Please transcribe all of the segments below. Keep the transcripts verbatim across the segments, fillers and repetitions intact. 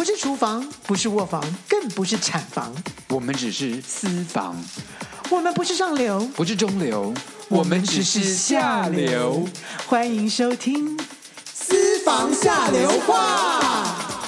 不是厨房，不是卧房，更不是产房， 我们只是私房， 我们不是上流， 不是中流，我们只是下流。 欢迎收听《私房下流话》。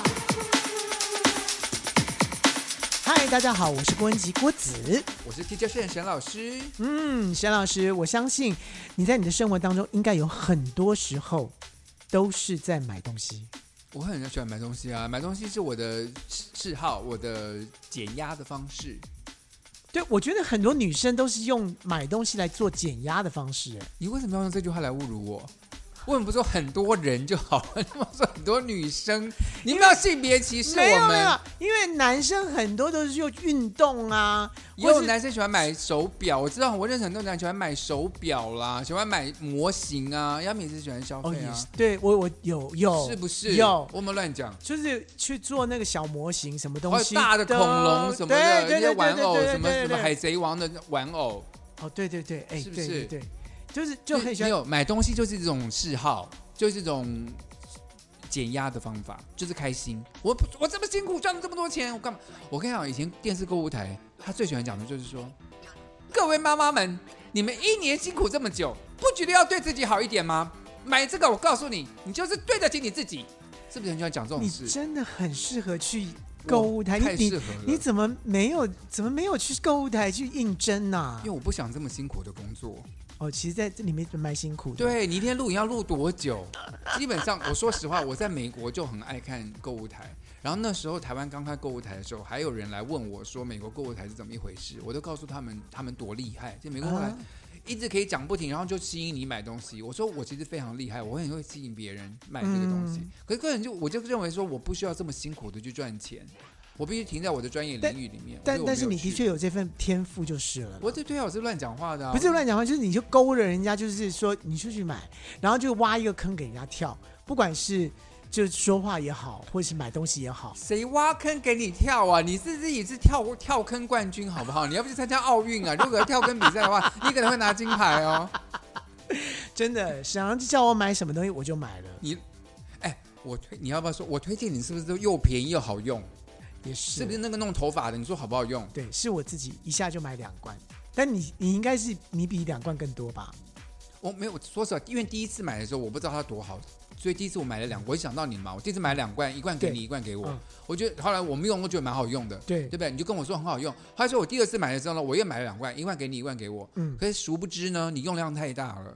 嗨，大家好，我是郭文吉郭子， 我是 T 教授沈老师。 嗯，沈老师，我相信你在你的生活当中应该有很多时候都是在买东西。 我很喜欢买东西啊，买东西是我的嗜好，我的减压的方式。 对，我觉得很多女生都是用买东西来做减压的方式。 你为什么要用这句话来侮辱我？为什么不说很多人就好了？你们说很多女生，你们要性别歧视我们？ 没有没有，因为男生很多都是用运动啊， 也有男生喜欢买手表，我知道我认识很多男生喜欢买手表啦，喜欢买模型啊，他们也是喜欢消费啊。 哦、对我我有有是不是？ 有， 我们乱讲， 就是去做那个小模型，什么东西， 大的恐龙什么的，那些玩偶，什么什么海贼王的玩偶。 哦，对对对，哎， 是不是？ 对对对，就是就很喜欢。 没有买东西就是这种嗜好，就是这种减压的方法，就是开心。我我这么辛苦赚了这么多钱，我干嘛？我跟你讲，以前电视购物台他最喜欢讲的就是说，各位妈妈们，你们一年辛苦这么久，不觉得要对自己好一点吗？买这个，我告诉你，你就是对得起你自己，是不是很喜欢讲这种事？ 你真的很适合去购物台， 太适合了。 你你怎么没有怎么没有去购物台去应征呢、啊？ 因为我不想这么辛苦的工作。 哦，其实在这里面蛮辛苦的。 对，你一天录影要录多久？基本上，我说实话，我在美国就很爱看购物台。然后那时候台湾刚开购物台的时候，还有人来问我说美国购物台是怎么一回事，我都告诉他们他们多厉害，就美国购物台。啊一直可以讲不停，然后就吸引你买东西。我说我其实非常厉害，我很会吸引别人买这个东西。嗯、可是个人就我就认为说我不需要这么辛苦的去赚钱，我必须停在我的专业领域里面。 但但是你的确有这份天赋就是了。 我这对啊，我是乱讲话的、啊， 不是乱讲话，就是你就勾了人家，就是说你出去买，然后就挖一个坑给人家跳，不管是。就说话也好，或者是买东西也好， 谁挖坑给你跳啊？你是自己是跳跳坑冠军好不好？你要不去参加奥运啊？如果跳坑比赛的话，你可能会拿金牌哦。 真的，沈阳就叫我买什么东西，我就买了。 你，哎，我推你要不要说？我推荐你是不是都又便宜又好用？ 也是， 是不是那个弄头发的？你说好不好用？ 对，是我自己一下就买两罐，但你你应该是你比两罐更多吧？ 我没有，说实话，因为第一次买的时候我不知道它多好。所以第一次我买了两，我想到你嘛，我第一次买两罐，一罐给你，一罐给我。嗯、我觉得后来我们用，我觉得蛮好用的， 对对不对？你就跟我说很好用。后来说我第二次买的时候呢，我又买了两罐，一罐给你，一罐给我。嗯，可是殊不知呢，你用量太大了，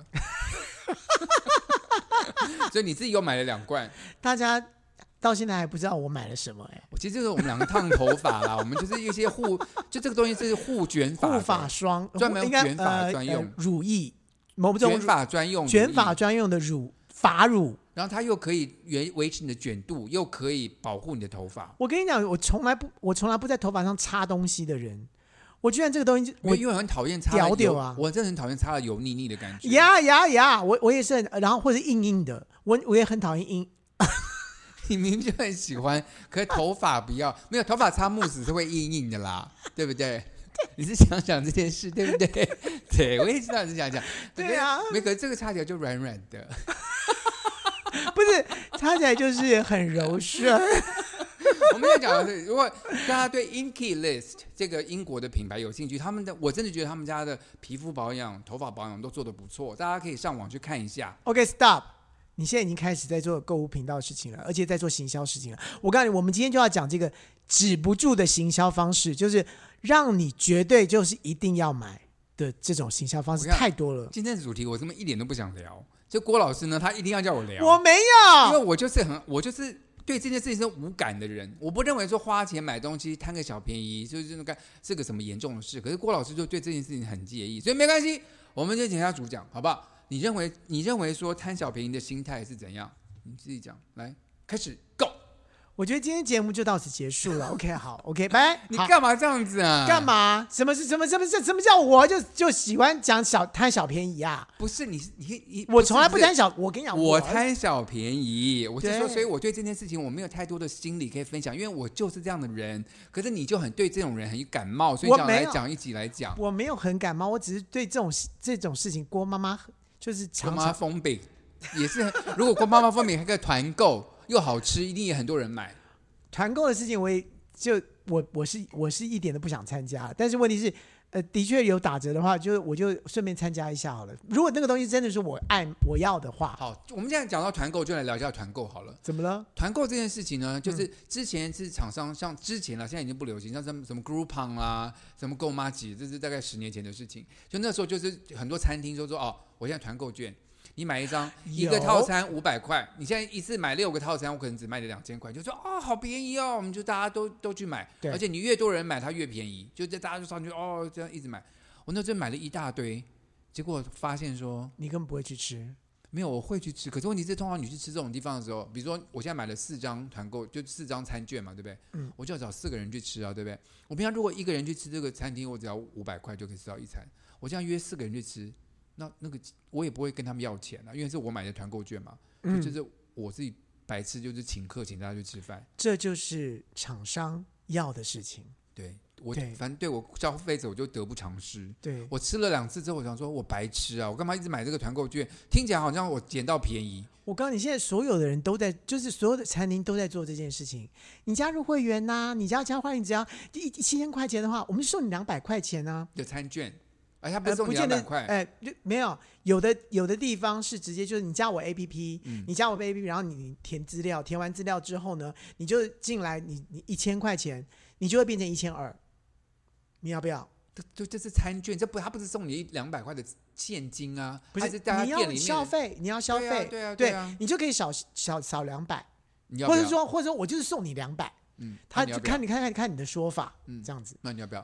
所以你自己又买了两罐。 大家到现在还不知道我买了什么哎、欸。 其实这是我们两个烫头发啦，我们就是一些护，就这个东西是护卷发、 护发霜， 专门卷发专用、 呃呃、乳液，某种卷发专用、 卷发专用的乳发乳。 然后它又可以维持你的卷度，又可以保护你的头发。 我跟你讲，我从来不，我从来不在头发上擦东西的人。我居然这个东西， 我因为很讨厌擦屌屌啊！ 我真的很讨厌擦了油腻腻的感觉。 呀呀呀！我我也是很，然后或者硬硬的，我我也很讨厌硬。 你明明就很喜欢，可是头发不要，没有头发擦慕斯是会硬硬的啦，对不对？你是想想这件事，对不对？对，我也知道你是想讲。 对啊， 没，可是这个擦起来就软软的。 不是，擦起来就是很柔顺。 我们要讲的是，如果大家对 Inkey List 这个英国的品牌有兴趣，他们的我真的觉得他们家的皮肤保养、头发保养都做得不错，大家可以上网去看一下。 OK，Stop，、okay, 你现在已经开始在做购物频道的事情了，而且在做行销事情了。我告诉你，我们今天就要讲这个止不住的行销方式，就是让你绝对就是一定要买的这种行销方式太多了。 今天的主题我这么一点都不想聊。就郭老师呢，他一定要叫我聊， 我没有， 因为我就是很，我就是对这件事情是无感的人，我不认为说花钱买东西贪个小便宜就是那个是个什么严重的事。可是郭老师就对这件事情很介意，所以没关系，我们就请他主讲，好不好？你认为你认为说贪小便宜的心态是怎样？你自己讲，来，开始 ，Go。 我觉得今天节目就到此结束了。OK， 好 ，OK， 拜。 你干嘛这样子啊？ 干嘛？什么是什么什么什么叫我就就喜欢讲小贪小便宜啊？ 不是你你你， 我从来不贪小。我跟你讲， 我贪小便宜。我是说，所以我对这件事情我没有太多的心理可以分享，因为我就是这样的人。可是你就很对这种人很感冒，所以讲来讲一起来讲。 我没有很感冒，我只是对这种这种事情，郭妈妈就是常常郭妈妈封饼也是。如果郭妈妈封饼还可以团购又好吃，一定也很多人买。 团购的事情我也就我我是我是一点都不想参加，但是问题是。呃，的确有打折的话，就我就顺便参加一下好了。如果那个东西真的是我爱我要的话， 好，我们现在讲到团购，就来聊一下团购好了。 怎么了？ 团购这件事情呢，就是之前是厂商，像之前了，现在已经不流行，像什么什么 Groupon 啦，什么购妈几，这是大概十年前的事情。就那时候，就是很多餐厅就说，哦，我现在团购券。你买一张一个套餐五百块，你现在一次买六个套餐，我可能只卖你两千块，就说哦好便宜哦，我们就大家都都去买，而且你越多人买它越便宜，就大家就上去哦这样一直买。我那时候买了一大堆，结果发现说你根本不会去吃。 没有，我会去吃，可是问题是，通常你去吃这种地方的时候，比如说我现在买了四张团购，就四张餐券嘛，对不对？嗯，我就要找四个人去吃啊，对不对？我平常如果一个人去吃这个餐厅，我只要五百块就可以吃到一餐，我这样约四个人去吃。那那个我也不会跟他们要钱啊，因为是我买的团购券嘛，嗯、就是我自己白吃，就是请客请大家去吃饭， 这就是厂商要的事情。 对我对反正对我消费者我就得不偿失。 对我吃了两次之后，我想说我白吃啊，我干嘛一直买这个团购券？听起来好像我捡到便宜。 我告诉你，现在所有的人都在，就是所有的餐厅都在做这件事情。你加入会员呐、啊，你加加会员，只要一一七千块钱的话，我们就送你两百块钱啊的餐券。哎，他不是送你两百块？ 哎、呃，没有，有的有的地方是直接就是你加我 A P P，、嗯、你加我 A P P， 然后你填资料，填完资料之后呢，你就进来，你你一千块钱，你就会变成一千二，你要不要？ 这这是餐券，这不他不是送你两百块的现金啊？ 不是， 是在他店里面你要消费，你要消费， 对啊， 对啊，啊你就可以少少少两百， 或者说或者说我就是送你两百， 嗯， 他就看你看看看你的说法，嗯，这样子， 那你要不要？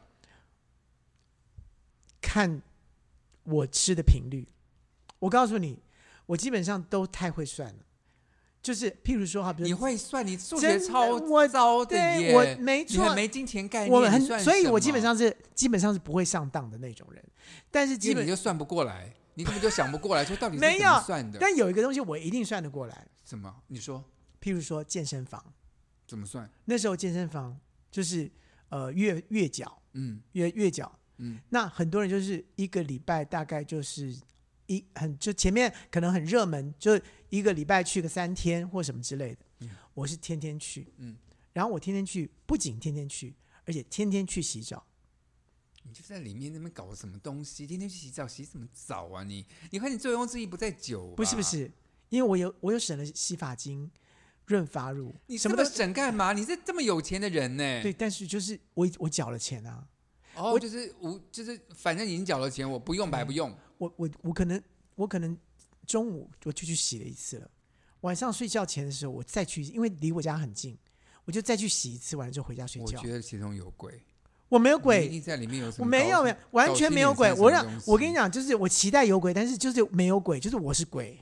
看我吃的频率，我告诉你，我基本上都太会算了。就是譬如说哈， 你会算，你数学超糟的耶， 我没错， 你很没金钱概念， 我很， 算所以我基本上是基本上是不会上当的那种人。但是基本你就算不过来，你根本就想不过来，说到底是怎么算的。 但有一个东西我一定算得过来。 什么？你说？ 譬如说健身房怎么算？ 那时候健身房就是呃月月缴，嗯，月月缴，嗯，那很多人就是一个礼拜大概就是一很就前面可能很热门，就一个礼拜去个三天或什么之类的。嗯、我是天天去，嗯，然后我天天去，不仅天天去，而且天天去洗澡。 你就在里面那边搞什么东西？天天去洗澡，洗什么澡啊你？你看你醉翁之意不在酒吧？ 不是不是，因为我有我有省了洗发精、润发乳， 你什么都省干嘛？你是这么有钱的人呢？ 对，但是就是我我缴了钱啊。 哦，就是无就是反正已经缴了钱，我不用白不用。 我我我可能我可能中午我就去洗了一次了，晚上睡觉前的时候我再去，因为离我家很近，我就再去洗一次，完了之后回家睡觉。 我觉得其中有鬼。 我没有鬼， 你在里面有什么？ 我没有，没有，完全没有鬼。我让我跟你讲，就是我期待有鬼，但是就是没有鬼，就是我是鬼。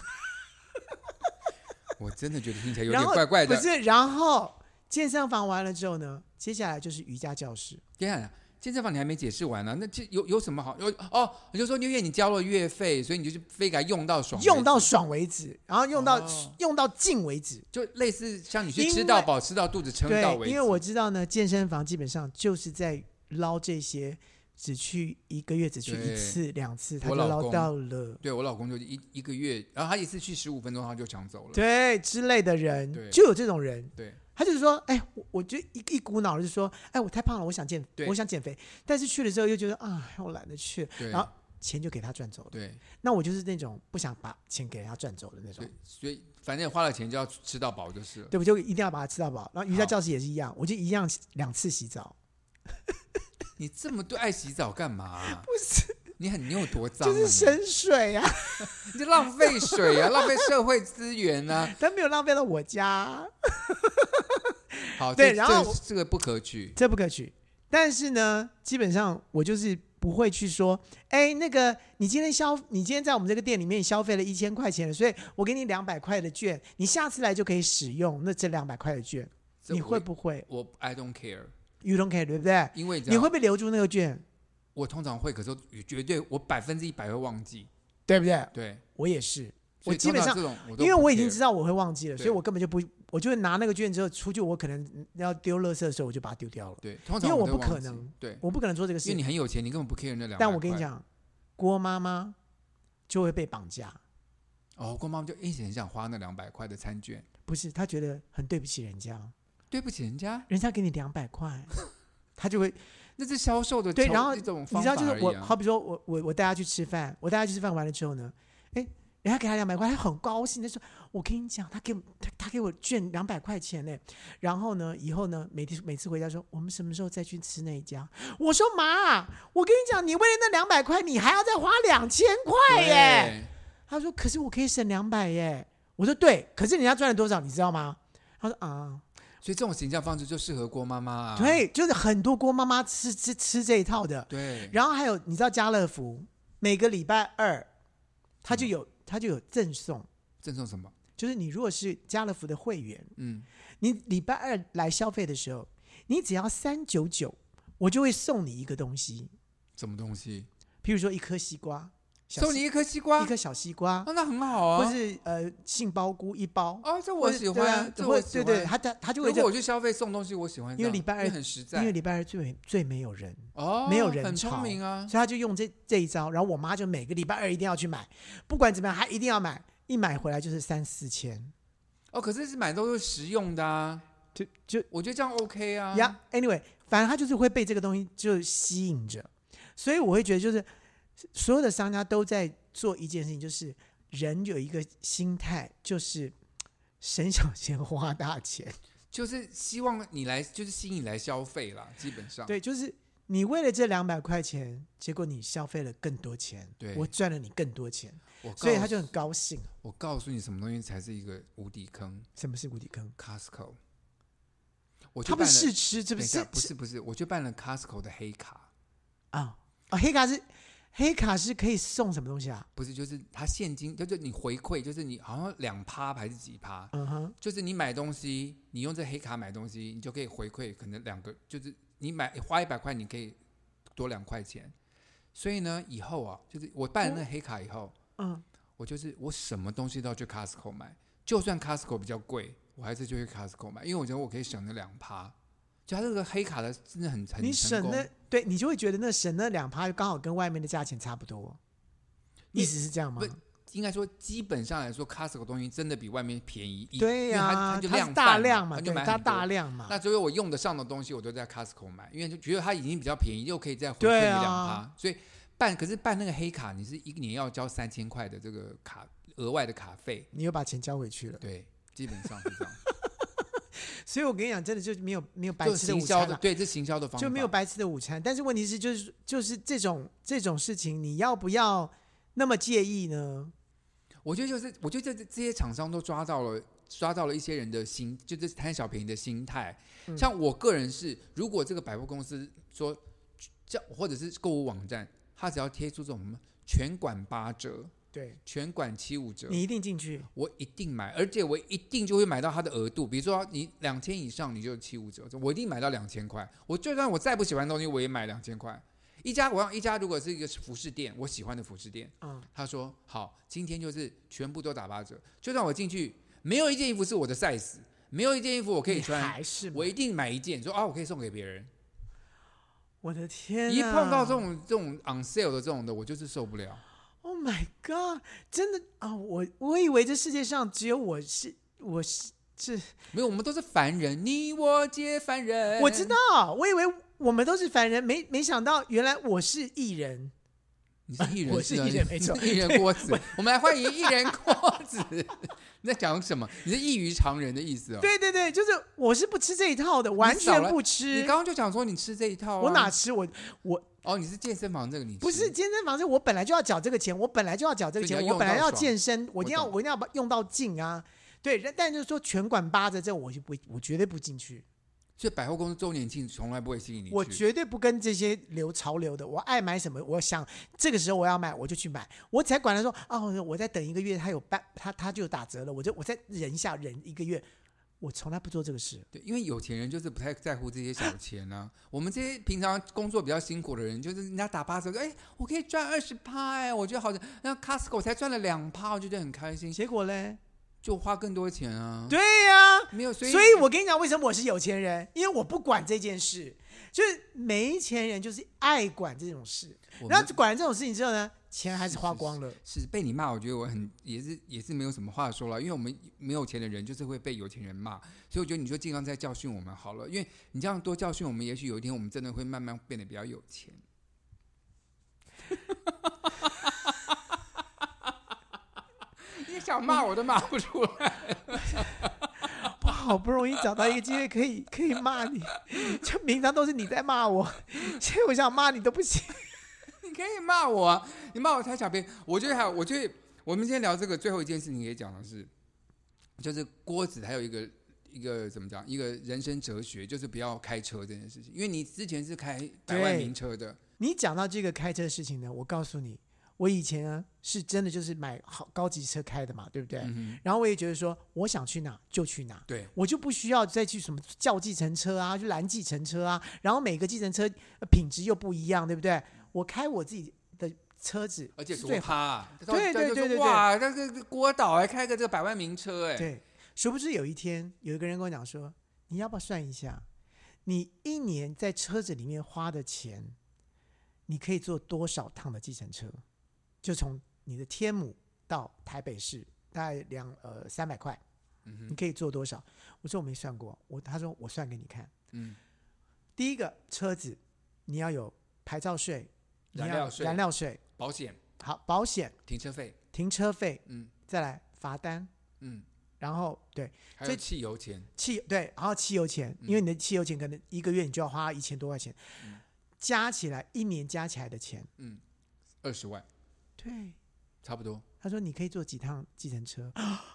我真的觉得听起来有点怪怪的。 不是，然后健身房完了之后呢，接下来就是瑜伽教室。 等一下，健身房你还没解释完呢、啊，那有有什么好？有哦，你就说因为你交了月费，所以你就非给它用到爽， 用到爽为止，然后用到、哦、用到尽为止， 就类似像你去吃到饱，吃到肚子撑到为止。 因为我知道呢，健身房基本上就是在捞这些。只去一个月，只去一次两次，他就捞到了。 对，我老公就一一个月，然后他一次去十五分钟，他就抢走了。 对，之类的人就有这种人。 对， 他就是说，哎，我我就一一股脑的就说，哎，我太胖了，我想减，我想减肥，但是去了之后又觉得啊，我懒得去，然后钱就给他赚走了。 对， 那我就是那种不想把钱给他赚走的那种。 对，所以反正花了钱就要吃到饱就是了。 对，我就一定要把它吃到饱。然后瑜伽教室也是一样，我就一样两次洗澡。 你这么多爱洗澡干嘛、啊？ 不是你很你有多脏、啊？ 就是省水啊！ 你就浪费水啊，浪费社会资源啊！ 但没有浪费到我家。 好， 对，然后这个不可取， 这不可取。但是呢，基本上我就是不会去说，哎，那个你今天消，你今天在我们这个店里面消费了一千块钱了，所以我给你两百块的券，你下次来就可以使用那这两百块的券，你会不会？ 我 I don't care。You don't care， 对不对？ 因为你会不会留住那个券？ 我通常会，可是绝对我百分之一百会忘记， 对不对？ 对， 我也是。我基本上这种我因为我已经知道我会忘记了，所以我根本就不，我就拿那个券之后出去，我可能要丢垃圾的时候，我就把它丢掉了。 对，通常因为我不可能， 对， 我不可能做这个事情。 因为你很有钱，你根本不 care 那两百块。 但我跟你讲，郭妈妈就会被绑架。 哦，郭妈妈就一直很想花那两百块的餐券， 不是，她觉得很对不起人家。 对不起人家， 人家给你两百块，他就会那是销售的对，然后这种你知道， 方法而已、啊、 就是我，好比说我我我带他去吃饭，我带他去吃饭完了之后呢，哎，人家给他两百块，他很高兴，他说：“我跟你讲，他给他他给我券两百块钱呢。”然后呢，以后呢，每天每次回家说：“我们什么时候再去吃那一家？”我说：“妈，我跟你讲，你为了那两百块，你还要再花两千块耶。”他说：“可是我可以省两百耶。”我说：“对，可是人家赚了多少，你知道吗？”他说：“啊。” 所以这种形象方式就适合郭妈妈啊。 对，就是很多郭妈妈吃吃吃这一套的。 对， 然后还有你知道家乐福每个礼拜二，他就有他就有赠送。 赠送什么？ 就是你如果是家乐福的会员， 嗯， 你礼拜二来消费的时候，你只要三九九，我就会送你一个东西。 什么东西？ 譬如说一颗西瓜。 送你一颗西瓜， 一颗小西瓜， 哦，那很好啊。 或是呃杏鲍菇一包， 哦，这我喜欢，这我喜欢。 对对，他他他就会。 如果我去消费送东西，我喜欢， 因为礼拜二很实在， 因为礼拜二最最没有人哦， 没有人很潮， 聪明啊， 所以他就用这这一招。然后我妈就每个礼拜二一定要去买，不管怎么样，她一定要买，一买回来就是三四千。 哦，可是是买都是实用的啊， 就就我觉得这样 OK 啊。 呀、yeah, ，anyway， 反正他就是会被这个东西就吸引着，所以我会觉得就是所有的商家都在做一件事情，就是人有一个心态，就是省小钱花大钱， 就是希望你来，就是吸引你来消费啦，基本上。 对，就是你为了这两百块钱，结果你消费了更多钱， 对， 我赚了你更多钱， 所以他就很高兴。 我告诉你，什么东西才是一个无底坑？ 什么是无底坑 ？Costco。我他们试吃，是不是？ 不是不是，我就办了 Costco 的黑卡啊啊，黑卡是。黑卡是可以送什么东西啊？ 不是，就是它现金，就是你回馈，就是你好像两趴还是几趴？ 嗯哼， 就是你买东西，你用这黑卡买东西，你就可以回馈，可能两个，就是你买花一百块，你可以多两块钱。所以呢，以后啊，就是我办了那黑卡以后，嗯，我就是我什么东西都要去 Costco 买，就算 Costco 比较贵，我还是就去 Costco 买，因为我觉得我可以省那两趴。就他这个黑卡的真的很很你省那对你就会觉得那省那两趴刚好跟外面的价钱差不多，意思是这样吗？ 应该说基本上来说 ，Costco 的东西真的比外面便宜。 对呀、 啊，它就量大量嘛， 它就买它大量嘛。 那所以我用得上的东西，我都在 Costco 买，因为就觉得它已经比较便宜，又可以再回馈你两趴、啊。所以办可是办那个黑卡，你是一年要交三千块的这个卡额外的卡费， 你又把钱交回去了。 对，基本上是这样。 所以我跟你讲，真的就没有没有白吃的午餐了。 对，这行销的方法就没有白吃的午餐。但是问题是，就是就是这种这种事情，你要不要那么介意呢？ 我觉得就是，我觉得这这些厂商都抓到了抓到了一些人的心，就是贪小便宜的心态。嗯、像我个人是，如果这个百货公司说，或者是购物网站，他只要贴出这种什么全馆八折。 对， 全馆七五折， 你一定进去， 我一定买，而且我一定就会买到它的额度。比如说你两千以上，你就七五折，我一定买到两千块。我就算我再不喜欢的东西，我也买两千块。一家我让一家如果是一个服饰店，我喜欢的服饰店，嗯，他说好，今天就是全部都打八折，就算我进去没有一件衣服是我的 size， 没有一件衣服我可以穿， 还是我一定买一件，说啊，我可以送给别人。 我的天、啊！ 一碰到这种这种 on sale 的这种的，我就是受不了。 Oh my god！ 真的啊，我我以为这世界上只有我是我是是没有，我们都是凡人，你我皆凡人。 我知道，我以为我们都是凡人，没没想到原来我是艺人。 你是艺人， 我是艺人，没错， 艺人郭子。我们来欢迎艺人郭子。你在讲什么？你是异于常人的意思哦？ 对对对，就是我是不吃这一套的，完全不吃。 你刚刚就讲说你吃这一套、啊， 我哪吃？我我。 哦，你是健身房这个你吃不是健身房，是我本来就要缴这个钱，我本来就要缴这个钱，我本来要健身，我一定要我一定要用到尽啊。对，但就是说全馆八折，这我就不我绝对不进去。 所以百货公司周年庆从来不会吸引你去， 我绝对不跟这些流潮流的。我爱买什么，我想这个时候我要买，我就去买，我才管他说哦，我再等一个月，他有办，他他就打折了，我就我再忍一下，忍一个月。我从来不做这个事。 对，因为有钱人就是不太在乎这些小钱啊。我们这些平常工作比较辛苦的人，就是人家打八折，哎，我可以赚二十趴，哎，我觉得好像那 Costco 才赚了两趴，我觉得很开心。 结果嘞， 就花更多钱啊。 对呀、啊， 没有，所以所以我跟你讲，为什么我是有钱人？因为我不管这件事。 就是没钱人就是爱管这种事，然后管了这种事情之后呢，钱还是花光了。 是, 是, 是被你骂，我觉得我很也是也是没有什么话说了，因为我们没有钱的人就是会被有钱人骂，所以我觉得你就尽量再教训我们好了，因为你这样多教训我们，也许有一天我们真的会慢慢变得比较有钱。你想骂我都骂不出来。 我好不容易找到一个机会可以可以骂你，就平常都是你在骂我，现在我想骂你都不行。 你可以骂我啊，你骂我太小便。我觉得还有，我觉得我们今天聊这个最后一件事情可以讲的是，就是郭子还有一个一个怎么讲，一个人生哲学，就是不要开车这件事情。因为你之前是开百万名车的， 你讲到这个开车的事情呢，我告诉你。我以前呢是真的就是买好高级车开的嘛，对不对？嗯、然后我也觉得说，我想去哪就去哪， 对， 我就不需要再去什么叫计程车啊，去拦计程车啊，然后每个计程车品质又不一样，对不对？我开我自己的车子， 而且多趴、啊， 对对对对对， 哇，那个郭导还开个这个百万名车哎， 对，殊不知有一天有一个人跟我讲说，你要不要算一下，你一年在车子里面花的钱，你可以坐多少趟的计程车？就从你的天母到台北市，大概两呃三百块，你可以做多少？我说我没算过，我他说我算给你看。嗯，第一个车子你要有牌照税、 燃料税、 燃料税、 保险， 好保险、 停车费、 停车费， 嗯， 再来罚单，嗯，然后对， 还有汽油钱， 汽对，然后汽油钱，嗯、因为你的汽油钱可能一个月你就要花一千多块钱，嗯、加起来一年加起来的钱， 嗯，二十万。 对， 差不多。 他说：“你可以坐几趟计程车？”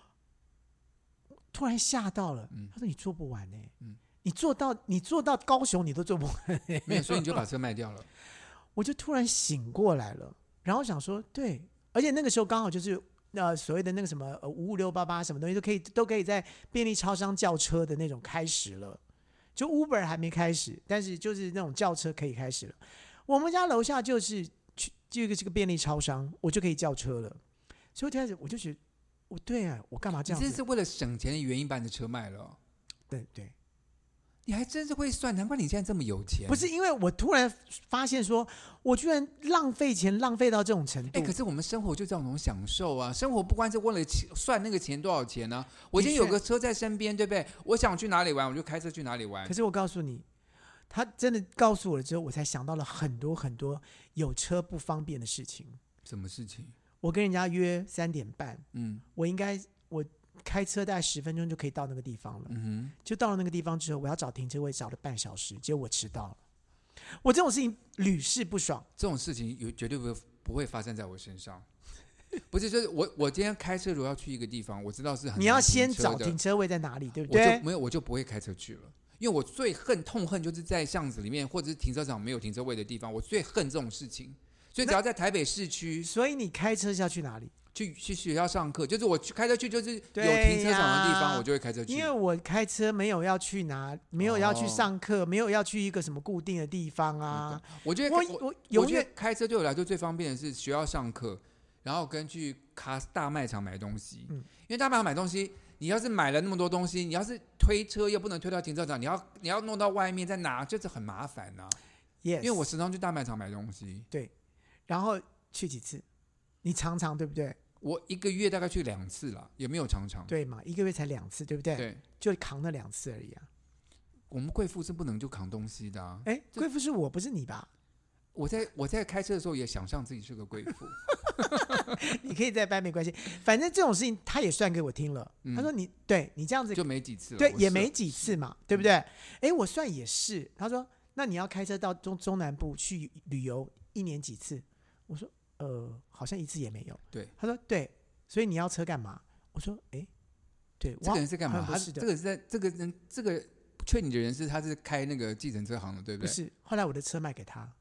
突然吓到了。嗯、他说：“你坐不完呢、欸嗯，你坐到你坐到高雄你都坐不完、欸。” 没有，所以你就把车卖掉了。 我就突然醒过来了，然后想说：“对，而且那个时候刚好就是呃所谓的那个什么五五六八八什么东西都可以都可以在便利超商叫车的那种开始了，就 Uber 还没开始，但是就是那种叫车可以开始了。我们家楼下就是。”这个这个便利超商，我就可以叫车了。所以开始我就觉得，我对啊，我干嘛这样子？ 你真是为了省钱的原因把你的车卖了、哦。 对对， 你还真是会算，难怪你现在这么有钱。 不是因为我突然发现说，我居然浪费钱浪费到这种程度。 哎，可是我们生活就这种享受啊！生活不光是为了算那个钱多少钱呢、啊？我今天有个车在身边，对不对？我想去哪里玩，我就开车去哪里玩。 可是我告诉你。他真的告诉我了之后，我才想到了很多很多有车不方便的事情。 什么事情？ 我跟人家约三点半， 嗯， 我应该我开车大概十分钟就可以到那个地方了。嗯哼，就到了那个地方之后，我要找停车位找了半小时，结果我迟到了。我这种事情屡试不爽。 这种事情有绝对不不会发生在我身上。不是，就是我我今天开车如果要去一个地方，我知道是很你要先找停车位在哪里，对不对？ 我就没有，我就不会开车去了。因为我最恨痛恨就是在巷子里面或者是停车场没有停车位的地方，我最恨这种事情。所以只要在台北市区， 所以你开车是要去哪里？ 去去学校上课，就是我去开车去，就是有停车场的地方，我就会开车去。 因为我开车没有要去哪，没有要去上课，哦、没有要去一个什么固定的地方啊。 我觉得我我我觉得开车对我来说最方便的是学校上课，然后跟去卡大卖场买东西。嗯，因为大卖场买东西。你要是买了那么多东西，你要是推车又不能推到停车场，你要你要弄到外面再拿，就是很麻烦呐、啊。 Yes， 因为我时常去大卖场买东西。 对，然后去几次？你常常对不对？ 我一个月大概去两次了，也没有常常。 对嘛，一个月才两次，对不对？ 对， 就扛那两次而已啊。 我们贵妇是不能就扛东西的啊。 哎，贵妇是我不是你吧？ 我在我在开车的时候也想象自己是个贵妇。 你可以再掰没关系，反正这种事情他也算给我听了。嗯、他说你对你这样子就没几次了， 对，也没几次嘛，对不对？哎，我算也是。他说那你要开车到中中南部去旅游，一年几次？我说呃，好像一次也没有。 对， 他说对，所以你要车干嘛？我说哎，对， 这个人是干嘛？ 他是这个是在这个人这个劝你的人是他是开那个计程车行的，对不对？ 不是，后来我的车卖给他。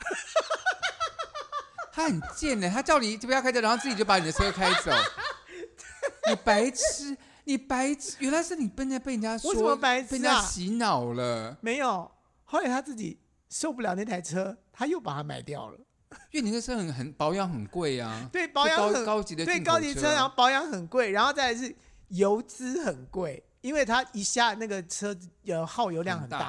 他很贱的，他叫你不要开车，然后自己就把你的车开走。你白痴，你白痴！原来是你被被人家说， 我怎么白痴啊？ 被人家洗脑了。 没有，后来他自己受不了那台车，他又把它卖掉了。 因为你那车很很保养很贵啊， 对，保养很高, 高级的进口车、啊， 对高级车，然后保养很贵，然后再来是油资很贵，因为它一下那个车呃耗油量很大。很大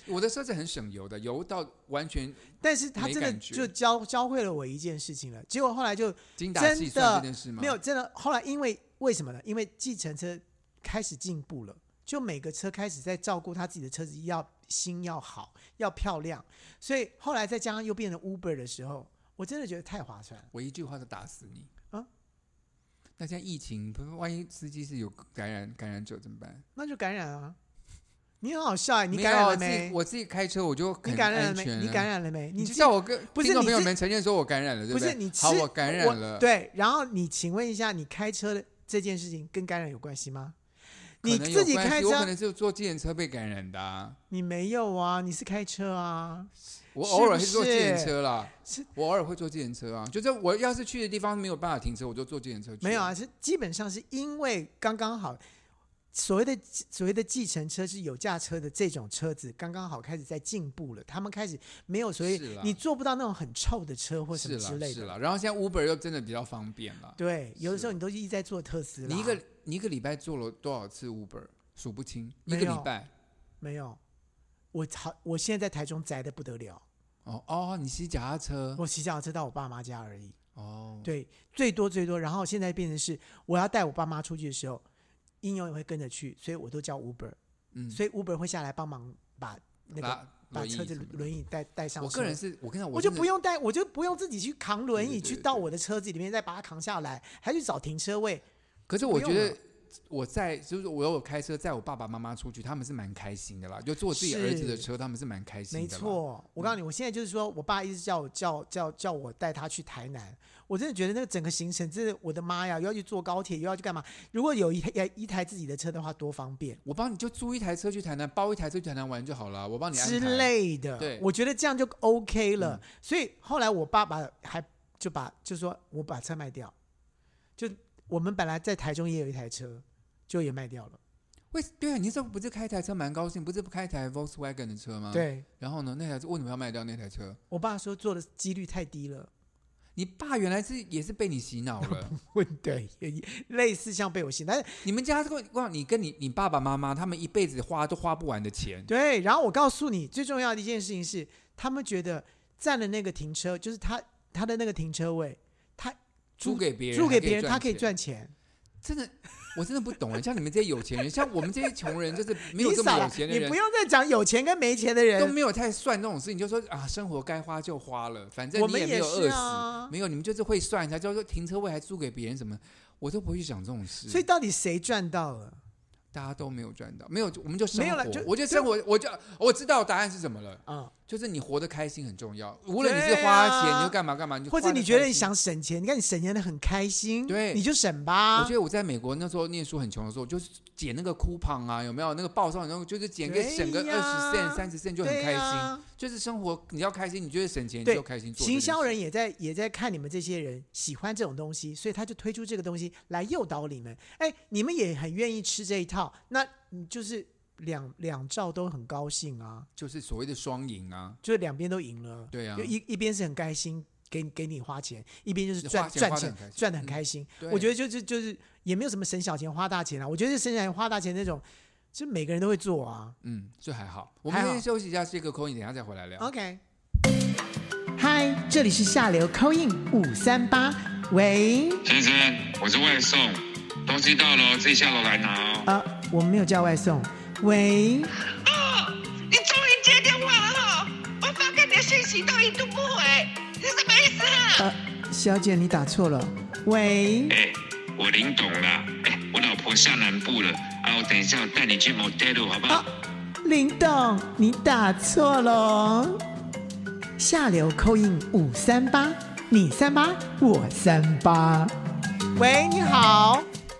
我的车子很省油的，油到完全， 但是他真的就教教会了我一件事情了。结果后来就精打细算这件事吗？ 没有，真的后来因为为什么呢？因为计程车开始进步了，就每个车开始在照顾他自己的车子要新要好要漂亮，所以后来再加上又变成 Uber 的时候，我真的觉得太划算了。 我一句话就打死你啊！ 那现在疫情，万一司机是有感染感染者怎么办？ 那就感染啊！你很好笑哎、欸，你感染了没？ 我自己开车我就很你感染了没？你感染了没？ 你就叫我跟不是听众朋友们承认说我感染了，对不对？ 不是你好，我感染了。 对，然后你请问一下，你开车的这件事情跟感染有关系吗？你自己开车， 我可能是坐计程车被感染的、啊。 你没有啊，你是开车啊。 我偶尔会坐计程车啦，我偶尔会坐计程车啊。就是我要是去的地方没有办法停车，我就坐计程车去。 没有啊，是基本上是因为刚刚好，所谓的所谓的计程车是有驾车的这种车子，刚刚好开始在进步了。他们开始没有所谓你坐不到那种很臭的车或什么之类的。 是啦，然后现在 Uber 又真的比较方便了。 对，有的时候你都一直在坐特斯拉。 你一个你一个礼拜坐了多少次 Uber？ 数不清，一个礼拜没有。我好，我现在在台中宅的不得了。 哦哦，你骑脚踏车？ 我骑脚踏车到我爸妈家而已。 哦， 对，最多最多。然后现在变成是，我要带我爸妈出去的时候，应用也会跟着去，所以我都叫 Uber。嗯，所以 Uber 会下来帮忙把那个把车子轮椅带带上车。 我个人是我跟你讲， 我就不用带，我就不用自己去扛轮椅去到我的车子里面，再把它扛下来，还去找停车位。 可是我觉得。我在就是我有开车载我爸爸妈妈出去，他们是蛮开心的啦。就坐自己儿子的车，他们是蛮开心的。 没错，我告诉你，我现在就是说我爸一直叫我叫叫叫我带他去台南，我真的觉得那个整个行程，真的我的妈呀，又要去坐高铁，又要去干嘛？如果有一台一台自己的车的话，多方便！ 我帮你就租一台车去台南，包一台车去台南玩就好了，我帮你安排之类的。 对， 我觉得这样就 OK 了。嗯、所以后来我爸爸还就把就说我把车卖掉，就我们本来在台中也有一台车。就也卖掉了。 为对啊，你这不是开一台车蛮高兴，不是开一台 Volkswagen 的车吗？ 对。 然后呢，那台车为什么要卖掉那台车？ 我爸说做的几率太低了。 你爸原来是也是被你洗脑了。 对，类似像被我洗脑。但是你们家这个，你跟你你爸爸妈妈他们一辈子花都花不完的钱。 对。然后我告诉你，最重要的一件事情是，他们觉得占了那个停车，就是他他的那个停车位，他租给别人， 租给别人，他可以赚钱。 真的，我真的不懂哎，像你们这些有钱人，像我们这些穷人，就是没有这么有钱的人， 你不用再讲有钱跟没钱的人， 都没有太算这种事情，就说啊，生活该花就花了，反正你也没有饿死， 啊、 没有，你们就是会算一下，就是说停车位还租给别人什么，我都不会去想这种事。 所以到底谁赚到了？ 大家都没有赚到，没有，我们就生活。 没有了就我觉得生活，我就我知道答案是什么了。嗯，就是你活得开心很重要。无论你是花钱，啊、你就干嘛干嘛，你就或者你觉得你想省钱，你看你省钱的很开心， 对， 你就省吧。 我觉得我在美国那时候念书很穷的时候，就是捡那个 coupon 啊，有没有那个报上，然后就是捡个省个二十 cent、三十 cent 就很开心。啊、就是生活你要开心，你觉得省钱你就开心做。 行销人也在也在看你们这些人喜欢这种东西，所以他就推出这个东西来诱导你们。哎，你们也很愿意吃这一套，那。就是两两兆都很高兴啊， 就是所谓的双赢啊， 就是两边都赢了。 对啊， 就一一边是很开心，给给你花钱，一边就是赚赚钱赚得很开心。嗯、我觉得就是就是也没有什么省小钱花大钱啊，我觉得省小钱花大钱那种，就每个人都会做啊。 嗯，这还好。我们先休息一下，接个 call in，等一下再回来聊。 OK。嗨，这里是下流 call in 五三八，喂， 先生，我是外送，东西到了自己下楼来拿哦。 啊。我们没有叫外送。喂。 哦，你终于接电话了哈！我发给你的信息都一度不回，你什么意思啊？ 呃，小姐，你打错了。喂。 哎、欸，我林董啦。哎、欸，我老婆下南部了，啊，我等一下我带你去 motel 好不好？啊、 林董，你打错了。下流call in五三八，你三八，我三八。喂，你好。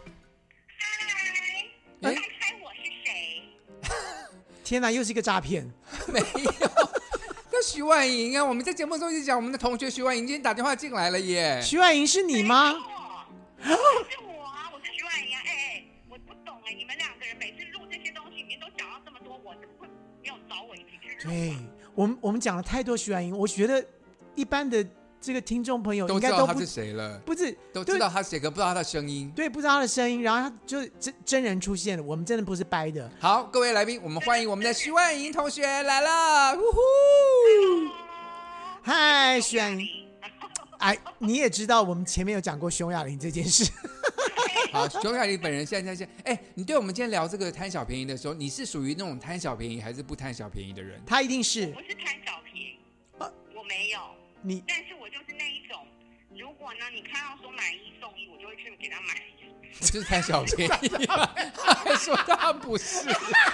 猜猜我是谁？ 天哪，又是一个诈骗！ 没有，那徐婉莹啊，我们在节目中一直讲我们的同学徐婉莹今天打电话进来了耶。 徐婉莹是你吗？ 是我啊，我是徐婉莹啊。哎、欸，我不懂哎、欸，你们两个人每次录这些东西，你们都讲到这么多，我怎么会没有找我一起去录、啊？ 对，我们我们讲了太多徐婉莹，我觉得一般的这个听众朋友都应该都不知道他是谁了， 不是都知道他是谁，可不知道他的声音。 对，不知道他的声音，然后他就真真人出现了，我们真的不是掰的。 好，各位来宾，我们欢迎我们的徐婉莹同学来了，呼呼！ 嗨，徐婉莹，哎，你也知道我们前面有讲过匈牙利这件事。 好，熊雅玲本人现在在线。哎，你对我们今天聊这个贪小便宜的时候，你是属于那种贪小便宜还是不贪小便宜的人？ 他一定是， 我不是贪小便宜， 啊我没有， 你， 但是我就是那一种，如果呢你看到说买一送一，我就会去给他买。 就是贪小便宜嘛，他还说他不是。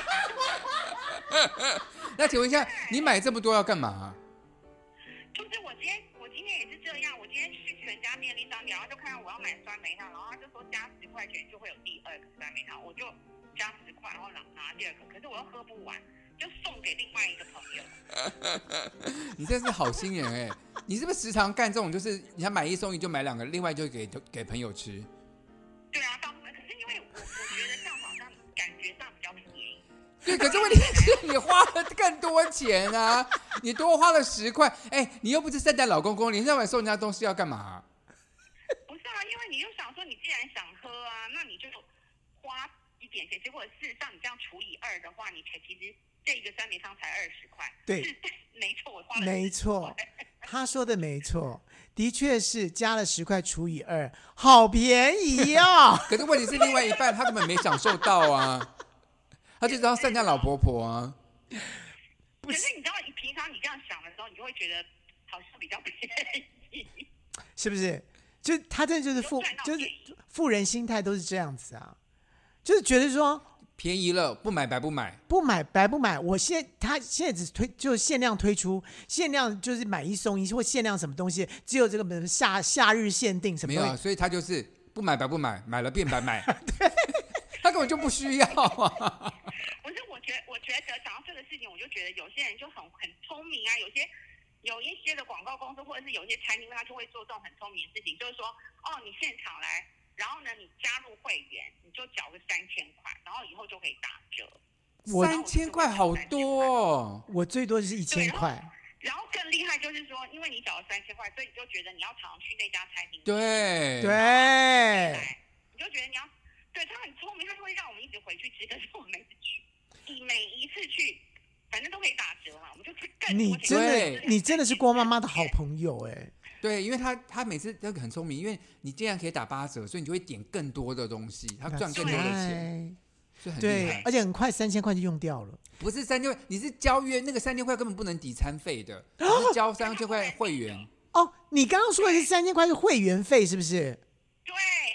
那请问一下，你买这么多要干嘛？ 就是我今天，我今天也是这样。我今天去全家便利商店，然后就看到我要买酸梅汤，然后他就说加十块钱就会有第二个酸梅汤，我就加十块，然后拿拿第二个，可是我又喝不完，就送给另外一个朋友。 你真是好心人哎、欸！你是不是时常干这种？就是你要买一送一就买两个，另外就给给朋友吃？ 对啊，大部分可是因为我我觉得这样好像感觉上比较便宜。 对，可是问题是你花了更多钱啊！你多花了十块，哎，你又不是圣诞老公公，你现在晚送人家东西要干嘛、啊？ 不是啊，因为你就想说，你既然想喝啊，那你就花一点钱。结果事实上你这样除以二的话，你才其实这个酸梅汤才二十块。 对， 没错，我花了。 没错，他说的没错，的确是加了十块除以二，好便宜哦。 可是问题是另外一半他根本没享受到啊。他就知道圣诞老婆婆啊， 可是你知道，你平常你这样想的时候，你就会觉得好像比较便宜， 是不是？就他这就是富，就是富人心态都是这样子啊，就是觉得说便宜了不买白不买， 不买白不买。我现在他现在只推就限量推出，限量就是买一送一或限量什么东西，只有这个夏夏日限定什么东西。 没有、啊，所以他就是不买白不买，买了变白买。他根本就不需要啊。 不是，我觉我觉得讲到这个事情，我就觉得有些人就很很聪明啊，有些有一些的广告公司或者是有一些餐厅，他就会做这种很聪明的事情，就是说，哦，你现场来，然后呢，你加入会员，你就缴个三千块，然后以后就可以打折。 三千块好多哦， 我最多是一千块。 然后更厉害就是说，因为你缴了三千块，所以你就觉得你要常去那家餐厅。 对对， 你就觉得你要。对，他很聪明，他就会让我们一直回去吃。可是我每次去，你每一次去，反正都可以打折嘛，我们就更你真的，你真的是郭妈妈的好朋友哎、欸。 对，因为他他每次都很聪明，因为你既然可以打八折，所以你就会点更多的东西，他赚更多的钱，所以很厉害。 对，而且很快三千块就用掉了。 不是三千块，你是交约那个三千块根本不能抵餐费的，你是交三千块会员。 哦，你刚刚说的是三千块是会员费是不是？ 对。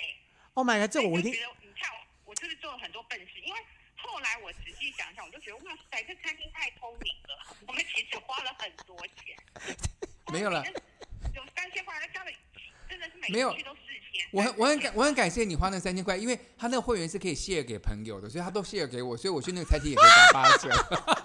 Oh my god， 这我一定。 就是做了很多笨事，因为后来我仔细想想，我就觉得哇塞，这餐厅太聪明了。我们其实花了很多钱， 没有了， 有三千块，他交的真的是每没有去都四千。 我很我很感我很感谢你花那三千块，因为他那个会员是可以 share 给朋友的，所以他都 share 给我，所以我去那个餐厅也可以打八折。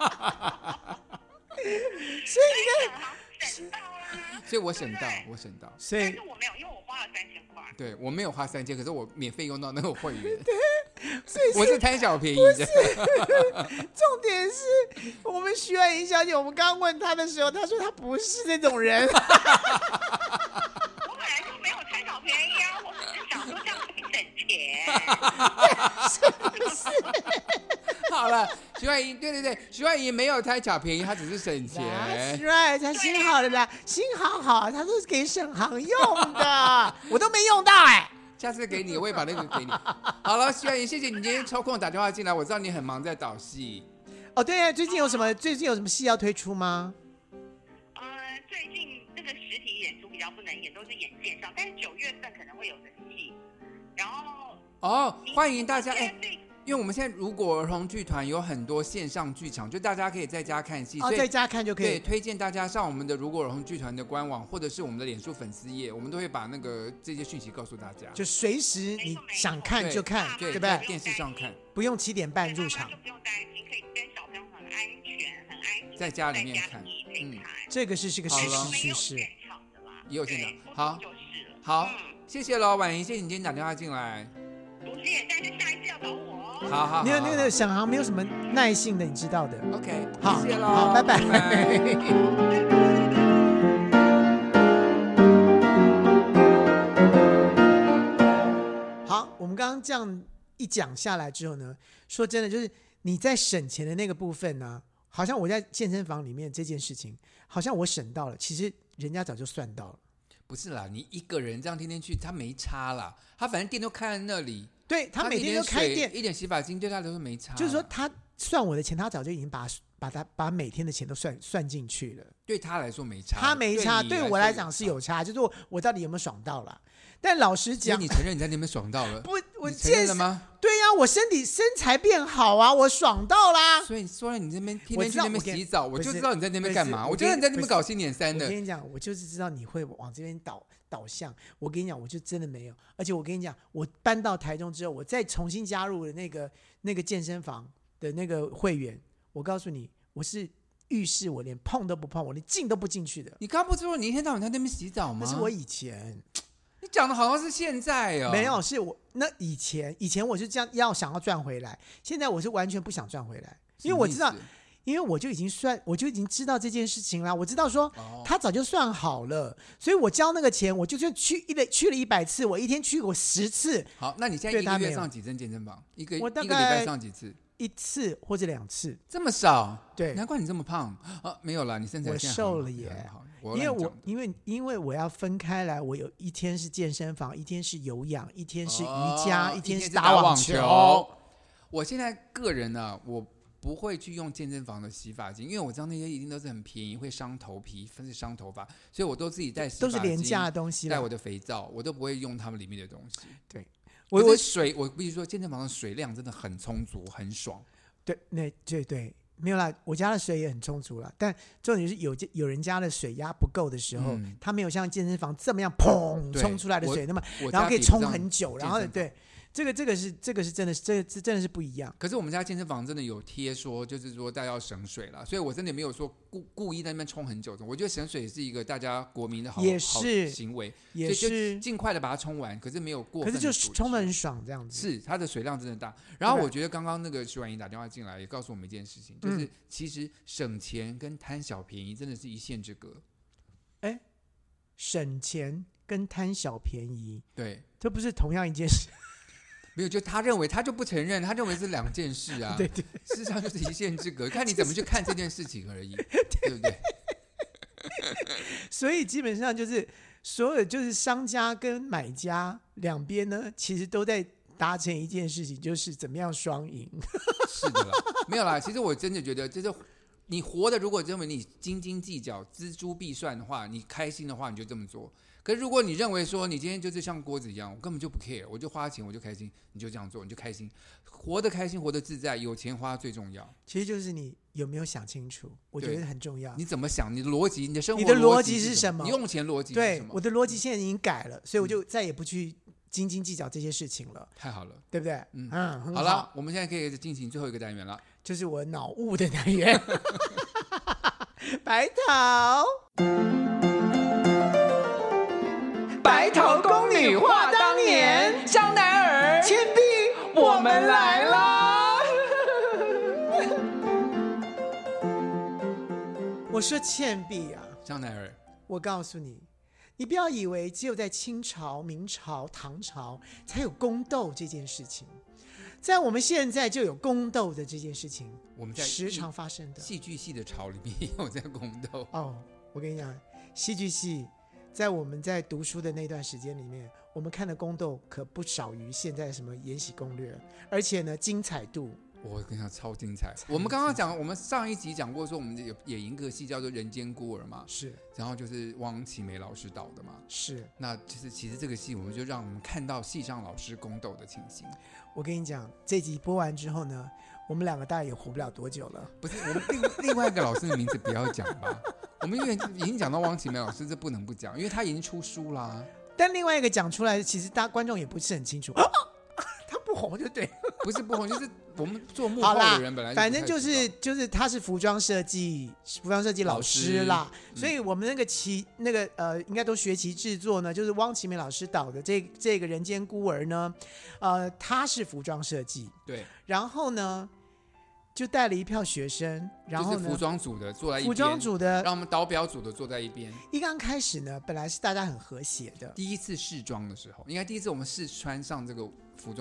所以你看，省到啦， 所以我省到，我省到。 所以， 但是我没有，因为我花了三千块。 对，我没有花三千，可是我免费用到那个会员。 所以我是贪小便宜的。 重点是我们徐婉莹小姐，我们刚刚问她的时候，她说她不是这种人。 我本来就没有贪小便宜啊，我只是想说这样可以省钱。 是不是？ 好了，徐婉莹，对对对，徐婉莹没有贪小便宜，她只是省钱。 That's right， 她心好的啦，心好好，她都是给省行用的，我都没用到哎、欸。 下次给你，我也把那个给你。好了，徐婉莹，谢谢你今天抽空打电话进来，我知道你很忙在导戏。 哦，对啊，最近有什么？最近有什么戏要推出吗？ 呃，最近那个实体演出比较不能演，都是演线上，但是九月份可能会有的戏。然后哦，欢迎大家哎。 欸因为我们现在如果儿童剧团有很多线上剧场，就大家可以在家看戏， 哦，在家看就可以。 对，推荐大家上我们的如果儿童剧团的官网，或者是我们的脸书粉丝页，我们都会把那个这些讯息告诉大家。 就随时你想看就看， 对对不对？ 电视上看， 不用七点半入场， 就不用担心，可以跟小朋友很安全、很安心， 在家里面看。 嗯，这个是是个实时趋势。 也有现场，好，好，谢谢喽，婉莹，谢谢你今天打电话进来。 不是，但是下一次要找我。 好好， 没有那个沈航没有什么耐性的，你知道的。 OK， 好， 谢谢喽， 好，拜拜。 拜拜刚这样一讲下来之后呢，说真的，就是你在省钱的那个部分呢，好像我在健身房里面这件事情，好像我省到了，其实人家早就算到了。 不是啦，你一个人这样天天去，他没差啦，他反正店都开在那里， 对他每天都开店， 一点洗发精对他来说没差。 就是说他算我的钱，他早就已经把把他把每天的钱都算算进去了， 对他来说没差， 他没差， 对, 对我来讲是有差，就是 我, 我到底有没有爽到啦。但老实讲， 你承认你在那边爽到了？ 不，我你承认了吗？ 对呀、啊，我身体身材变好啊，我爽到啦。 所以说你那边天天去那边洗澡，我就知道你在那边干嘛。 我觉得你在那边搞新年三的。 我跟你讲，我就是知道你会往这边导导向。我跟你讲，我就真的没有。而且我跟你讲，我搬到台中之后，我再重新加入了那个那个健身房的那个会员。我告诉你，我是浴室，我连碰都不碰，我连进都不进去的。 你刚不是说你一天到晚在那边洗澡吗？ 那是我以前。 你讲的好像是现在哦， 没有，是我那以前以前我是这样要想要赚回来，现在我是完全不想赚回来，因为我知道，因为我就已经算，我就已经知道这件事情了，我知道说、哦、他早就算好了，所以我交那个钱，我就算去一去了一百次，我一天去过十次。 好，那你现在一个月上几次健身房？一个我大概一个礼拜上几次？ 一次或者两次。 这么少？ 对， 难怪你这么胖啊！没有啦，你身材现在我瘦了耶。因为我因为因为我要分开来，我有一天是健身房，一天是有氧，一天是瑜伽， 哦、 一天是打网球。球我现在个人呢、啊，我不会去用健身房的洗发精，因为我知道那些一定都是很便宜，会伤头皮，甚至伤头发，所以我都自己带洗发精， 都是廉价的东西， 带我的肥皂，我都不会用他们里面的东西。 对， 我我水，我必须说，健身房的水量真的很充足，很爽。 对，那对对。没有啦，我家的水也很充足了，但重点是有有人家的水压不够的时候，嗯、他没有像健身房这么样砰冲出来的水那么，然后可以冲很久，然后对，这个这个是这个是真的，这这真的是不一样。 可是我们家健身房真的有贴说，就是说大家要省水了，所以我真的没有说故故意在那边冲很久。我觉得省水是一个大家国民的好也是好行为， 也是尽快的把它冲完，可是没有过分的。 可是就冲得很爽这样子。 是它的水量真的大。然后我觉得刚刚那个徐婉莹打电话进来，也告诉我们一件事情， 嗯、 就是其实省钱跟贪小便宜真的是一线之隔。 哎，省钱跟贪小便宜， 对， 这不是同样一件事。 没有，就他认为，他就不承认，他认为是两件事啊。 对对， 事实上就是一线之隔，看你怎么去看这件事情而已，对不对？ 所以基本上就是所有就是商家跟买家两边呢，其实都在达成一件事情，就是怎么样双赢。 是的啦，没有啦。其实我真的觉得，就是你活的，如果认为你斤斤计较、锱铢必算的话，你开心的话，你就这么做。可是如果你认为说你今天就是像锅子一样，我根本就不 care， 我就花钱我就开心，你就这样做，你就开心，活得开心，活得自在，有钱花最重要。 其实就是你有没有想清楚，我觉得很重要。 你怎么想？你的逻辑，你的生活你的逻辑是是什么？ 你用钱逻辑是什么？ 对，我的逻辑现在已经改了，所以我就再也不去斤斤计较这些事情了。 太好了， 对不对？ 嗯， 嗯很好。 好了，我们现在可以进行最后一个单元了， 就是我脑雾的单元。白桃。白头宫女话当年， 香奈儿、 倩碧，我们来啦！我说倩碧啊， 香奈儿， 我告诉你，你不要以为只有在清朝、明朝、唐朝才有宫斗这件事情，在我们现在就有宫斗的这件事情， 我们在时常发生的戏剧系的潮里面也有在宫斗哦。我跟你讲，戏剧系。在我们在读书的那段时间里面，我们看的宫斗可不少于现在什么《延禧攻略》，而且呢，精彩度， 我跟你讲超精彩。我们刚刚讲，我们上一集讲过说，我们有演一个戏叫做《人间孤儿》嘛， 是， 然后就是汪奇梅老师导的嘛， 是。 那就是其实这个戏，我们就让我们看到戏上老师宫斗的情形。 我跟你讲，这集播完之后呢，我们两个大概也活不了多久了。 不是，我们另另外一个老师的名字不要讲吧。我们因为已经讲到汪奇梅老师，这不能不讲，因为他已经出书啦。 但另外一个讲出来，其实大家观众也不是很清楚。啊、他不红就对， 不是不红，就是我们做幕后的人本来就反正就是就是他是服装设计服装设计老师啦， 师所以我们那个旗那个呃应该都学习制作呢，就是汪奇梅老师导的这这个人间孤儿呢，呃他是服装设计， 对， 然后呢。就带了一票学生，然后呢， 就是服装组的坐在一边， 服装组的， 让我们导表组的坐在一边。 一刚开始呢，本来是大家很和谐的。 第一次试装的时候，应该第一次我们试穿上这个服装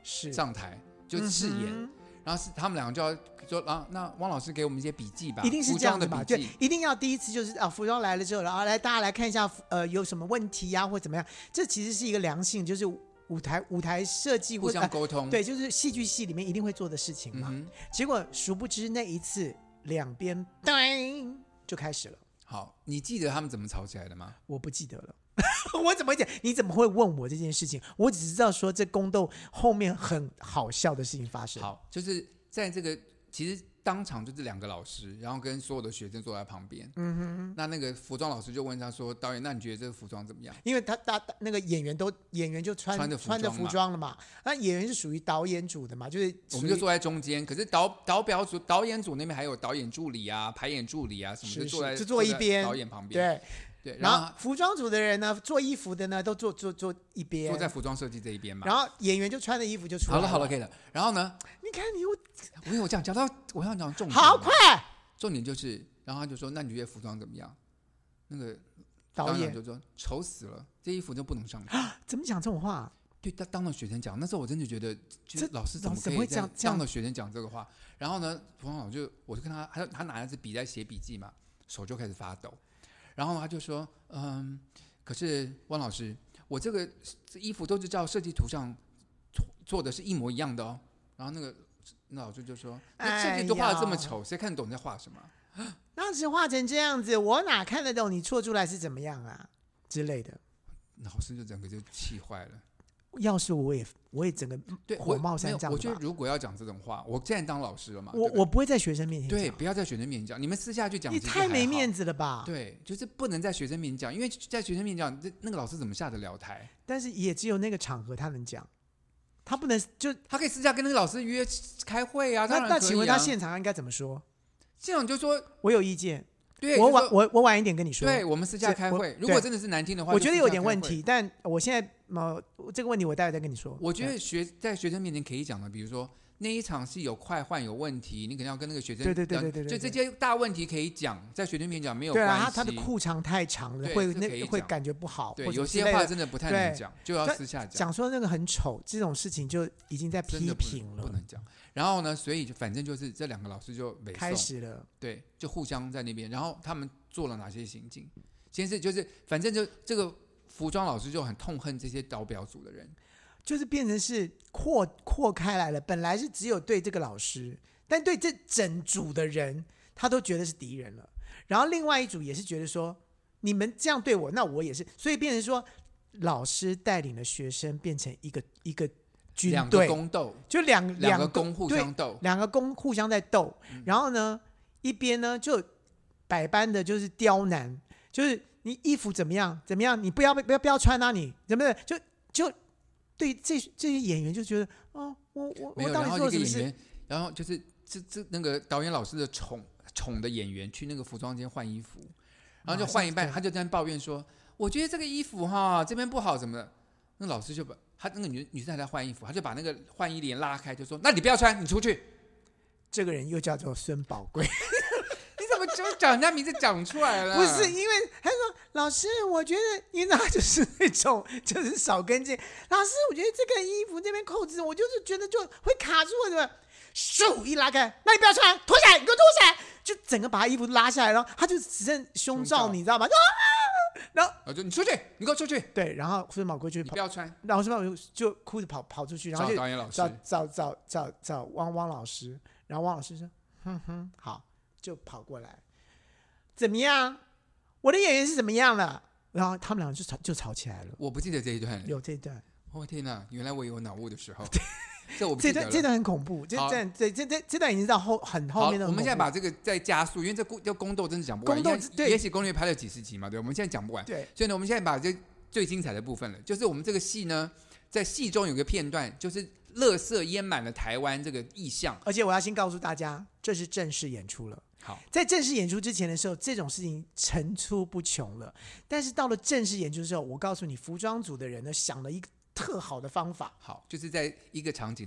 是上台就饰演。 嗯然后是他们两个就要说啊，那汪老师给我们一些笔记吧， 一定是这样的吧？对， 服装的笔记一定要第一次就是啊，服装来了之后，然后来大家来看一下，呃，有什么问题呀、啊，或怎么样？这其实是一个良性，就是舞台舞台设计互相沟通、 呃，对，就是戏剧系里面一定会做的事情嘛。嗯、结果殊不知那一次两边噔就开始了。 好，你记得他们怎么吵起来的吗？ 我不记得了。我怎么会讲？你怎么会问我这件事情？我只知道说这宫斗后面很好笑的事情发生。 好，就是在这个其实当场就是两个老师，然后跟所有的学生坐在旁边。嗯哼。那那个服装老师就问他说：“导演，那你觉得这个服装怎么样？” 因为他大那个演员都演员就穿穿着服穿着服装了嘛，那演员是属于导演组的嘛，就是我们就坐在中间。可是导导表组导演组那边还有导演助理啊、排演助理啊什么， 是是就坐在就坐一边导演旁边。 对。 对， 然后服装组的人呢，做衣服的呢，都坐坐坐一边， 坐在服装设计这一边嘛。 然后演员就穿着衣服就出来了。 好了好了，可以了。然后呢？ 你看你我， 我跟我讲讲到我要讲重点。 好快。 重点就是，然后他就说：“那你觉得服装怎么样？”那个导演就说：“丑死了，这衣服就不能上台。”怎么讲这种话？ 对，他当着学生讲。那时候我真的觉得，就是老师怎么可以会这样当着学生讲这个话？然后呢，服装老师就我就跟他，他他拿着支笔在写笔记嘛，手就开始发抖。然后他就说：“嗯，可是汪老师，我这个这衣服都是照设计图上做的，是一模一样的哦。”然后那个那老师就说：“那设计图画的这么丑，谁看得懂你在画什么？ 当时画成这样子，我哪看得懂你做出来是怎么样啊之类的。” 老师就整个就气坏了。 要是我也我也整个火冒三丈。 我觉得如果要讲这种话，我现在当老师了嘛， 我我不会在学生面前讲。 对，不要在学生面前讲，你们私下去讲， 你太没面子了吧？ 对，就是不能在学生面前讲，因为在学生面前讲，那个老师怎么下得了台？ 但是也只有那个场合他能讲，他不能就他可以私下跟那个老师约开会啊。当然可以啊。 那那请问他现场应该怎么说？ 现场就说我有意见。 对， 我晚我我晚一点跟你说。 对，我们私下开会。如果真的是难听的话， 我觉得有点问题。但我现在呃这个问题我待会再跟你说。 我觉得学在学生面前可以讲的，比如说那一场是有快换有问题，你可能要跟那个学生对对对对对， 就这些大问题可以讲，在学生面前讲没有关系。 对啊，他的裤长太长了，会那会感觉不好。 对，有些话真的不太能讲，就要私下讲。 讲说那个很丑这种事情就已经在批评了， 不能讲。然后呢，所以就反正就是这两个老师就开始了， 对，就互相在那边，然后他们做了哪些行径？先是就是反正就这个服装老师就很痛恨这些导表组的人， 就是变成是扩扩开来了。本来是只有对这个老师，但对这整组的人，他都觉得是敌人了。然后另外一组也是觉得说，你们这样对我，那我也是，所以变成说，老师带领了学生变成一个一个。军队两个宫斗， 就两两个宫互相斗， 两个宫互相在斗、嗯。然后呢，一边呢就百般的就是刁难，就是你衣服怎么样怎么样，你不要不要不要穿啊，你怎么的就就对这这些演员就觉得哦，我我我到底做什么事？ 然后就是这这那个导演老师的宠宠的演员去那个服装间换衣服，然后就换一半，他就在那抱怨说：“我觉得这个衣服哈这边不好什么的。”那老师就把他那个女女生还在换衣服，他就把那个换衣帘拉开，就说：“那你不要穿，你出去。” 这个人又叫做孙宝贵， 你怎么就讲人家名字讲出来了？ 不是因为他说老师，我觉得你知道就是那种就是少根筋。老师，我觉得这个衣服这边扣子，我就是觉得就会卡住了，对吧？咻一拉开，那你不要穿，脱下来，你给我脱下来，就整个把他衣服拉下来，然后他就只剩胸罩，你知道吗？就啊。然后就你出去，你给我出去。 对，然后孙宝贵就你不要穿， 然后孙宝贵就哭着跑跑出去，然后就找导演老师， 找找找找找汪汪老师，然后汪老师说：“哼哼，好，就跑过来，怎么样？我的演员是怎么样了？”然后他们两个就吵就吵起来了。 我不记得这一段， 有这一段。 哦天哪，原来我有脑雾的时候。这我不这段这段很恐怖，这段这这这这段已经到后很后面的。 我们现在把这个再加速，因为这这宫斗真的讲不完。 宫斗对， 也许攻略拍了几十集嘛，对，我们现在讲不完。 对， 所以呢，我们现在把这最精彩的部分了，就是我们这个戏呢，在戏中有个片段，就是垃圾淹满了台湾这个意象。 而且我要先告诉大家，这是正式演出了。 好， 在正式演出之前的时候，这种事情层出不穷了。但是到了正式演出的时候，我告诉你，服装组的人呢想了一个特好的方法。 好，就是在一个场景呢，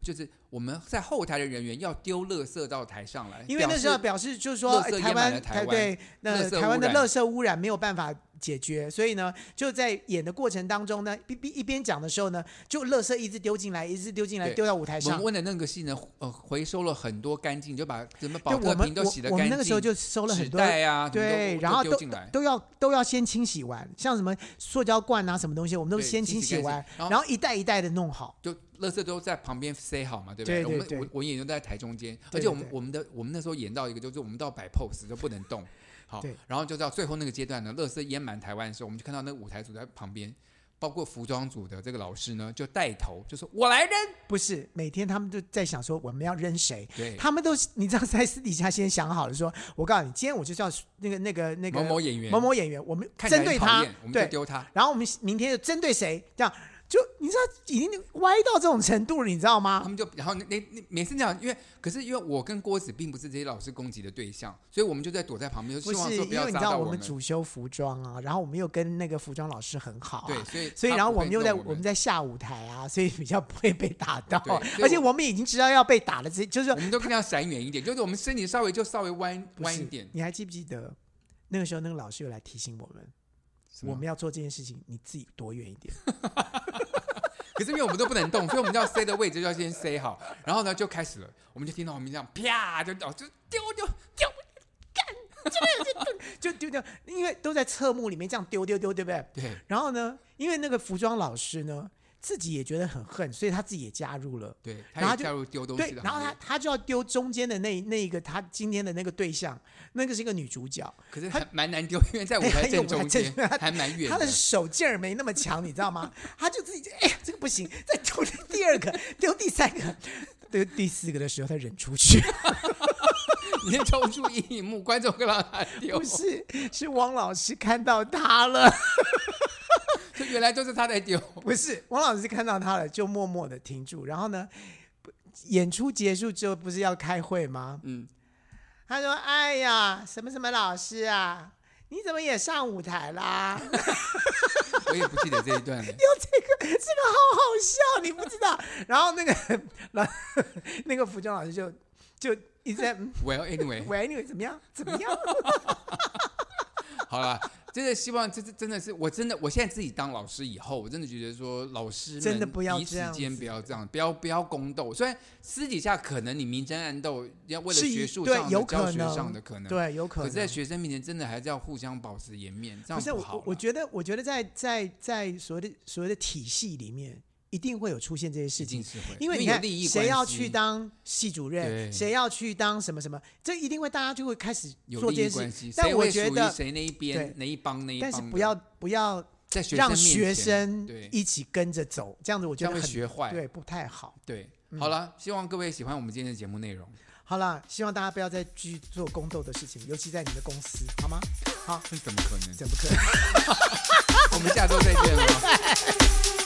就是我们在后台的人员要丢垃圾到台上来， 因为那时候表示就是说台湾台对那台湾的垃圾污染没有办法解决，所以呢就在演的过程当中呢，一一边讲的时候呢，就垃圾一直丢进来，一直丢进来，丢到舞台上。 我们问的那个戏呢，呃，回收了很多干净，就把什么保特瓶都洗得干净。 我们那个时候就收了很多纸袋啊， 对，然后都都要都要先清洗完，像什么塑胶罐啊什么东西，我们都先清洗完，然后一袋一袋的弄好， 就垃圾都在旁边塞好嘛，对不对？ 对对对， 我们我演员都在台中间，而且我们我们的我们那时候演到一个，就是我们到摆 pose 就不能动。好，然后就到最后那个阶段呢，垃圾淹满台湾的时候，我们就看到那个舞台组在旁边，包括服装组的这个老师呢，就带头就说：“我来扔。” 不是，每天他们都在想说我们要扔谁， 对， 他们都你知道在私底下先想好了说，我告诉你，今天我就叫那个那个那个某某演员， 某某演员，我们针对他， 我们就丢他， 然后我们明天就针对谁这样。就你知道已经歪到这种程度了，你知道吗？ 他们就然后那那每次这样，因为可是因为我跟郭子并不是这些老师攻击的对象，所以我们就在躲在旁边，希望说不要因为你知道我们主修服装啊，然后我们又跟那个服装老师很好、啊， 对，所以所以然后我们又在我们在下舞台啊，所以比较不会被打到，而且我们已经知道要被打了，就是我们都跟他闪远一点，就是我们身体稍微就稍微弯弯一点。 你还记不记得那个时候那个老师又来提醒我们，我们要做这件事情，你自己躲远一点。 可是因为我们都不能动，所以我们要塞的位置就要先塞好，然后呢就开始了，我们就听到我们这样啪就哦就丢丢丢干， 就丢丢，因为都在侧幕里面这样丢丢丢，对不对？ 对。 然后呢，因为那个服装老师呢自己也觉得很恨，所以他自己也加入了， 对，他也加入丢东西的行列。 对，然后他他就要丢中间的那那一个他今天的那个对象，那个是一个女主角， 可是还蛮难丢，因为在舞台正中间，还蛮远的。 他的手劲儿没那么强，你知道吗？他就自己哎呀，这个不行，再丢第二个，丢第三个，丢第四个的时候，他忍出去。 你先冲出荧幕，观众跟让他丢。 不是，是汪老师看到他了。 就原来都是他在丢， 不是汪老师看到他了，就默默的停住。然后呢，演出结束之后不是要开会吗？嗯，他说：“哎呀，什么什么老师啊，你怎么也上舞台啦？” 我也不记得这一段了。 有这个，这个好好笑，你不知道。然后那个老那个服装老师就就一直在 Well anyway， Well anyway 怎么样？怎么样？ 好了。真的希望，这真的是我真的，我现在自己当老师以后，我真的觉得说，老师真的不要彼此间不要这样，不要不要宫斗。虽然私底下可能你明争暗斗，要为了学术上的、教学上的可能， 对，有可能。 可是在学生面前，真的还是要互相保持颜面，这样不好。 不是我，我觉得，我觉得在在在所谓的所谓的体系里面。一定会有出现这些事情，因为你看谁要去当系主任，谁要去当什么什么，这一定会大家就会开始做这件事。但我觉得谁那一边哪一帮那一帮， 但是不要不要让学生一起跟着走，这样子我觉得很学坏， 对，不太好。 对，好了，希望各位喜欢我们今天的节目内容。 好了，希望大家不要再继续做宫斗的事情，尤其在你的公司，好吗？好， 怎么可能？ 怎么可能？ 我们下周再见了。